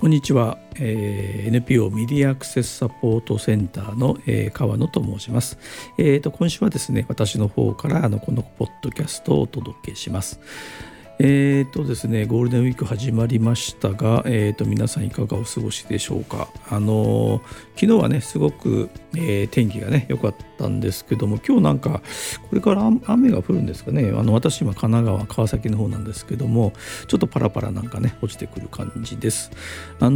こんにちは、NPO メディアアクセスサポートセンターの、川野と申します。今週はですね、私の方からこのポッドキャストをお届けします。ですね、ゴールデンウィーク始まりましたが、皆さんいかがお過ごしでしょうか。昨日はねすごく、天気がね良かったんですけども、今日なんかこれから雨が降るんですかね。私今神奈川川崎の方なんですけども、ちょっとパラパラなんかね落ちてくる感じです。私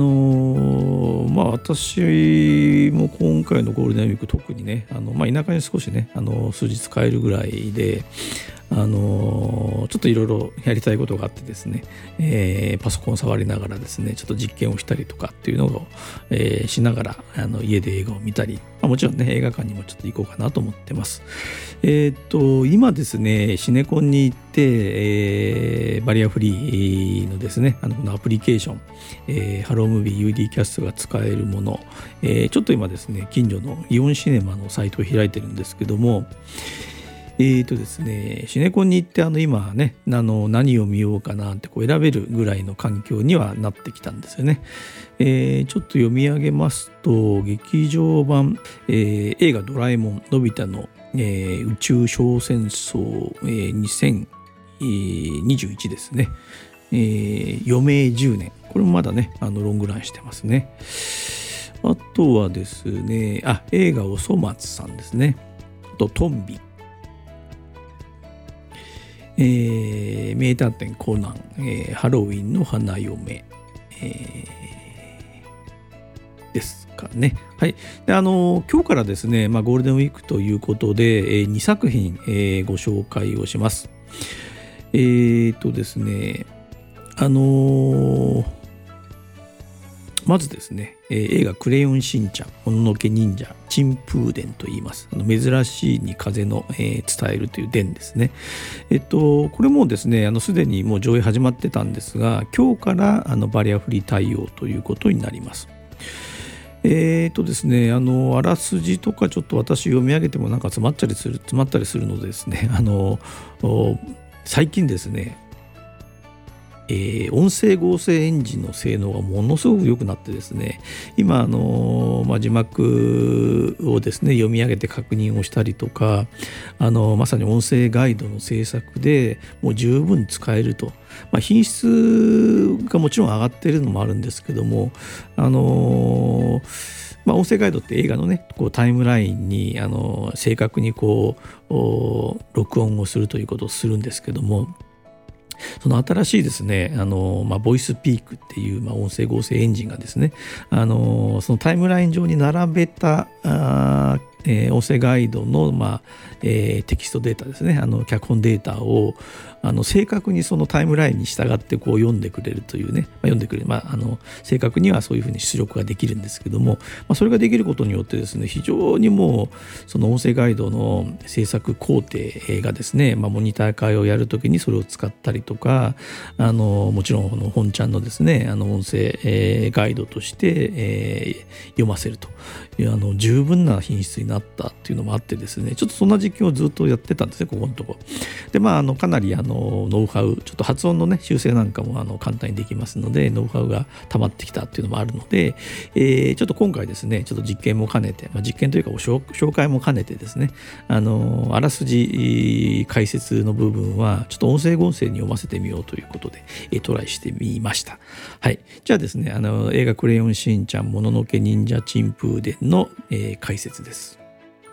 も今回のゴールデンウィーク特にね田舎に少しね数日帰るぐらいでちょっといろいろやりたいことがあってですね、パソコンを触りながらですねちょっと実験をしたりとかっていうのを、しながら家で映画を見たり、もちろんね映画館にもちょっと行こうかなと思ってます。今ですねシネコンに行って、バリアフリーのですねこのアプリケーション、ハロームービー UD キャストが使えるもの、ちょっと今ですね近所のイオンシネマのサイトを開いてるんですけども、ですね、シネコンに行って今ね何を見ようかなって選べるぐらいの環境にはなってきたんですよね。ちょっと読み上げますと、劇場版、映画ドラえもんのび太の、宇宙小戦争、2021ですね、余命10年、これもまだねロングランしてますね。あとはですね映画おそ松さんですね。あとトンビ、名探偵コナン、ハロウィンの花嫁、ですかね。はい。で今日からですね、ゴールデンウィークということで、2作品、ご紹介をします。ですね、まずですね、映画クレヨンしんちゃんもののけ忍者チンプー伝と言います。珍しいに風の、伝えるという伝ですね。これもですねすでにもう上映始まってたんですが、今日からバリアフリー対応ということになります。ですねあらすじとかちょっと私読み上げてもなんか詰まったりするのでですね最近ですね音声合成エンジンの性能がものすごく良くなってですね、今字幕をですね読み上げて確認をしたりとか、まさに音声ガイドの制作でもう十分使えると、品質がもちろん上がっているのもあるんですけども、音声ガイドって映画のねタイムラインに正確に録音をするということをするんですけども、その新しいですねボイスピークっていう音声合成エンジンがですねそのタイムライン上に並べた音声ガイドの、テキストデータですね脚本データを正確にそのタイムラインに従って読んでくれるというね、正確にはそういうふうに出力ができるんですけども、それができることによってですね非常にもうその音声ガイドの制作工程がですね、モニター会をやるときにそれを使ったりとかもちろん本ちゃんのですね音声、ガイドとして、読ませるという十分な品質になったっていうのもあってですね、ちょっとそんな実験をずっとやってたんですね、ここのところで。かなりノウハウ、ちょっと発音のね修正なんかも簡単にできますので、ノウハウが溜まってきたっていうのもあるので、ちょっと今回ですねちょっと実験も兼ねて、実験というか紹介も兼ねてですねあらすじ解説の部分はちょっと音声合成に読ませてみようということで、トライしてみました。はい。じゃあですね映画クレヨンしんちゃんもののけ忍者チンプー伝の、解説です。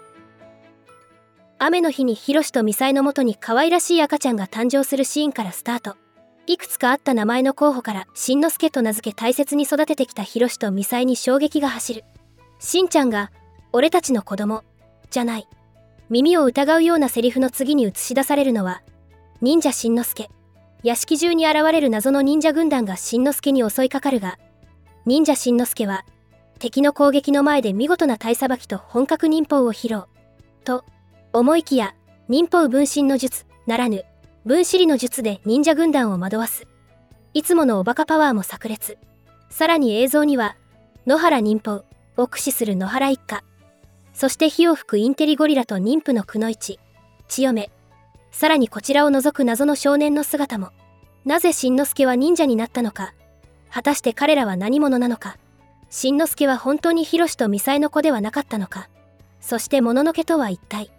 雨の日にヒロシとミサイのもとに可愛らしい赤ちゃんが誕生するシーンからスタート。いくつかあった名前の候補からしんのすけと名付け大切に育ててきたヒロシとミサイに衝撃が走る。しんちゃんが俺たちの子供じゃない、耳を疑うようなセリフの次に映し出されるのは忍者しんのすけ。屋敷中に現れる謎の忍者軍団がしんのすけに襲いかかるが、忍者しんのすけは敵の攻撃の前で見事な体さばきと本格忍法を披露と思いきや、忍法分身の術ならぬ分子理の術で忍者軍団を惑わす。いつものおバカパワーも炸裂。さらに映像には野原忍法を駆使する野原一家、そして火を吹くインテリゴリラと妊婦のくのいち、千代目、さらにこちらを覗く謎の少年の姿も。なぜしんのすけは忍者になったのか、 果たして彼らは何者なのか。しんのすけは本当にひろしとみさえの子ではなかったのか。そしてもののけとは一体。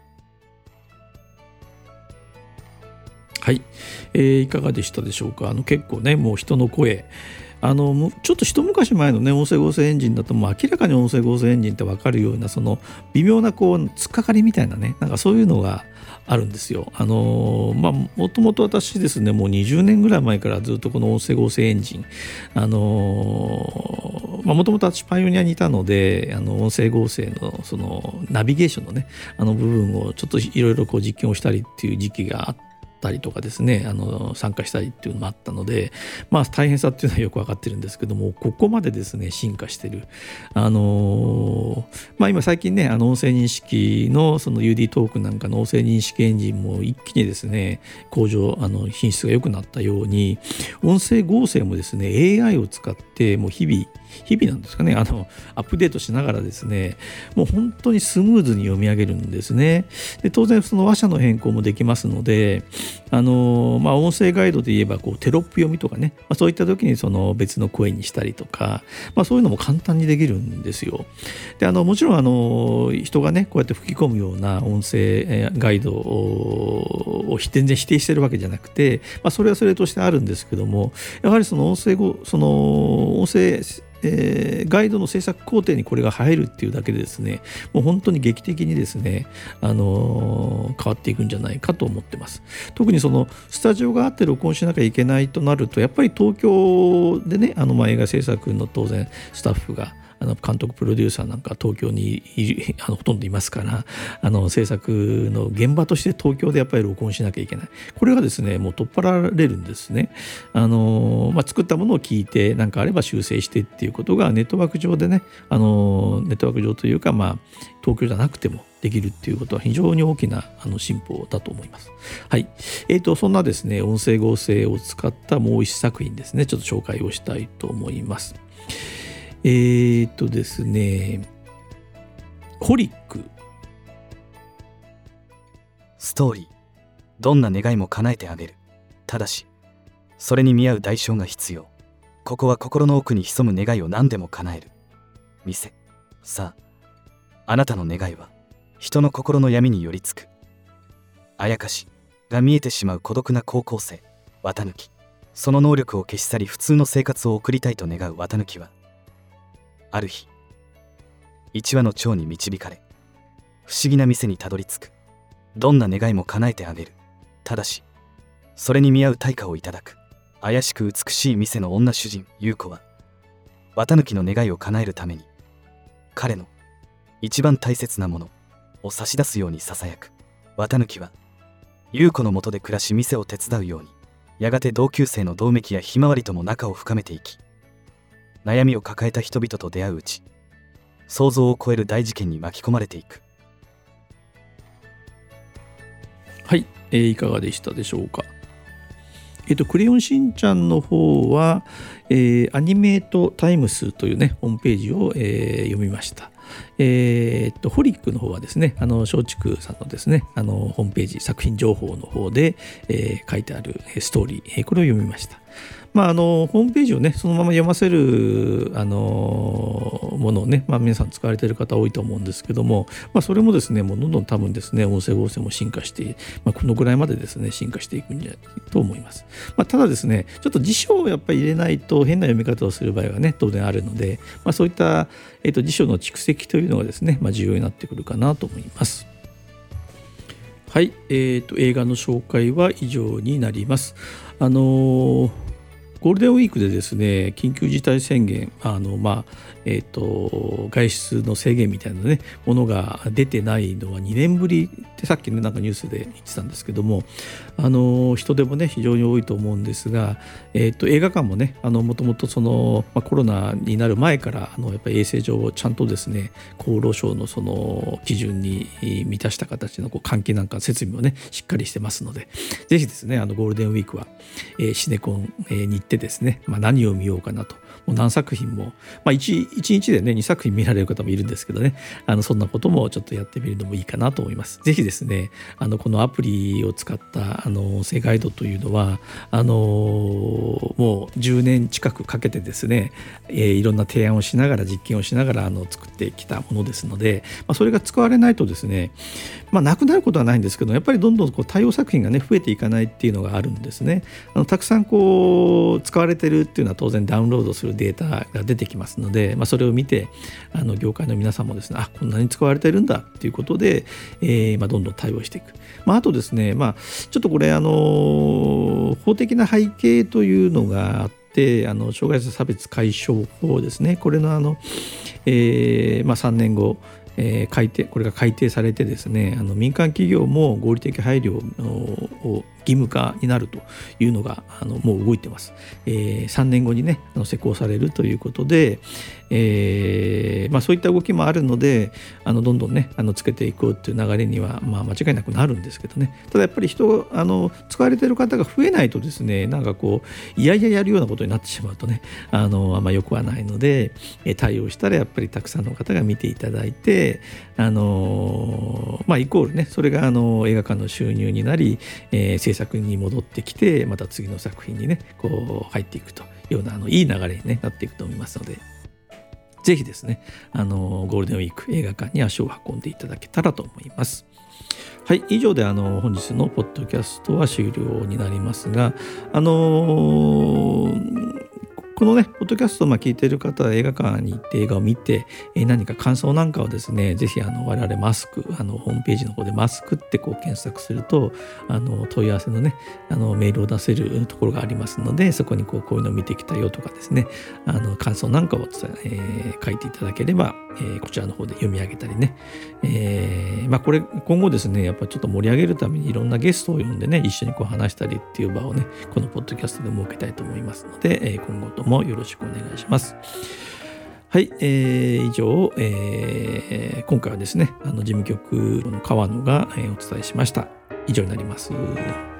はい、いかがでしたでしょうか。結構ね、もう人の声、ちょっと一昔前のね音声合成エンジンだともう明らかに音声合成エンジンって分かるようなその微妙なこう突っかかりみたいなね、なんかそういうのがあるんですよ。もともと私ですね、もう20年ぐらい前からずっとこの音声合成エンジンもともと私パイオニアにいたので、音声合成のそのナビゲーションのね部分をちょっといろいろこう実験をしたりっていう時期があったりとかですね、参加したりっていうのもあったので、大変さっていうのはよく分かってるんですけども、ここまでですね進化してる、今最近ね音声認識のその UD トークなんかの音声認識エンジンも一気にですね向上品質が良くなったように、音声合成もですね AI を使ってもう日々なんですかね、アップデートしながらですね、もう本当にスムーズに読み上げるんですね。で当然その話者の変更もできますので、音声ガイドで言えばこうテロップ読みとかね、そういった時にその別の声にしたりとか、そういうのも簡単にできるんですよ。でもちろん人がねこうやって吹き込むような音声ガイドを全然否定してるわけじゃなくて、それはそれとしてあるんですけども、やはりその音声ガイドの制作工程にこれが入るっていうだけでですね、もう本当に劇的にですね、変わっていくんじゃないかと思ってます。特にそのスタジオがあって録音しなきゃいけないとなると、やっぱり東京でね映画制作の当然スタッフが監督プロデューサーなんか東京にほとんどいますから、制作の現場として東京でやっぱり録音しなきゃいけない。これがですねもう取っ払われるんですね。作ったものを聞いて何かあれば修正してっていうことがネットワーク上でね、ネットワーク上というか東京じゃなくてもできるっていうことは非常に大きな進歩だと思います。はい、そんなですね音声合成を使ったもう一作品ですね、ちょっと紹介をしたいと思います。ですね、ホリック。 ストーリー、どんな願いも叶えてあげる。ただしそれに見合う代償が必要。ここは心の奥に潜む願いを何でも叶える店。さあ、あなたの願いは人の心の闇に寄りつく。あやかしが見えてしまう孤独な高校生綿貫。その能力を消し去り普通の生活を送りたいと願う綿貫は、ある日一羽の蝶に導かれ不思議な店にたどり着く。どんな願いも叶えてあげる。ただしそれに見合う対価をいただく。怪しく美しい店の女主人優子は綿貫の願いを叶えるために彼の一番大切なものを差し出すようにささやく。綿貫は優子の下で暮らし店を手伝うように、やがて同級生の百目鬼やひまわりとも仲を深めていき、悩みを抱えた人々と出会ううち、想像を超える大事件に巻き込まれていく。 はい、いかがでしたでしょうか。クレヨンしんちゃんの方は、アニメートタイムスというねホームページを、読みました。ホリックの方はですね松竹さんのですねホームページ作品情報の方で、書いてあるストーリー、これを読みました。ホームページをねそのまま読ませるものをね、皆さん使われている方多いと思うんですけども、それもですねもうどんどん多分ですね音声合成も進化して、このぐらいまでですね進化していくんじゃないと思います。ただですねちょっと辞書をやっぱり入れないと変な読み方をする場合はね当然あるので、そういった、辞書の蓄積というのがですね、重要になってくるかなと思います。はい、映画の紹介は以上になります。ゴールデンウィークでですね緊急事態宣言外出の制限みたいなねものが出てないのは2年ぶりってさっきねなんかニュースで言ってたんですけども、人手もね非常に多いと思うんですが、映画館もねもともとその、コロナになる前からやっぱり衛生上ちゃんとですね厚労省のその基準に満たした形の換気なんか設備もねしっかりしてますので、ぜひですねゴールデンウィークは、シネコンに行ってですね、何を見ようかなと、 う何作品も、1日でね2作品見られる方もいるんですけどね、そんなこともちょっとやってみるのもいいかなと思います。ぜひですねこのアプリを使った音声ガイドというのはもう10年近くかけてですね、いろんな提案をしながら実験をしながら作ってきたものですので、それが使われないとですね、なくなることはないんですけど、やっぱりどんどん対応作品がね増えていかないっていうのがあるんですね。たくさん使われてるっていうのは当然ダウンロードするデータが出てきますので、それを見て業界の皆さんもですね、こんなに使われてるんだっていうことで、どんどん対応していく。あとですね、ちょっとこれ法的な背景というのがあって、障害者差別解消法ですね、これの3年後これが改定されてですね、民間企業も合理的配慮を義務化になるというのがもう動いてます。3年後にね施行されるということで、そういった動きもあるのでどんどんねつけていこうっていう流れには間違いなくなるんですけどね。ただやっぱり使われている方が増えないとですね、いやいややるようなことになってしまうとねあんま良くはないので、対応したらやっぱりたくさんの方が見ていただいてイコールねそれが映画館の収入になり、制作に戻ってきてまた次の作品にね入っていくというようないい流れに、なっていくと思いますので、ぜひですねゴールデンウィーク映画館に足を運んでいただけたらと思います。はい、以上で本日のポッドキャストは終了になりますが、このねポッドキャストを聞いている方は映画館に行って映画を見て、何か感想なんかをですね、ぜひ我々マスクホームページの方でマスクって検索すると問い合わせのねメールを出せるところがありますので、そこにこういうのを見てきたよとかですね感想なんかを書いていただければ、こちらの方で読み上げたりね、これ今後ですねやっぱちょっと盛り上げるためにいろんなゲストを呼んでね一緒に話したりっていう場をねこのポッドキャストで設けたいと思いますので、今後ともよろしくお願いします。はい、以上、今回はですね事務局の川野がお伝えしました。以上になります。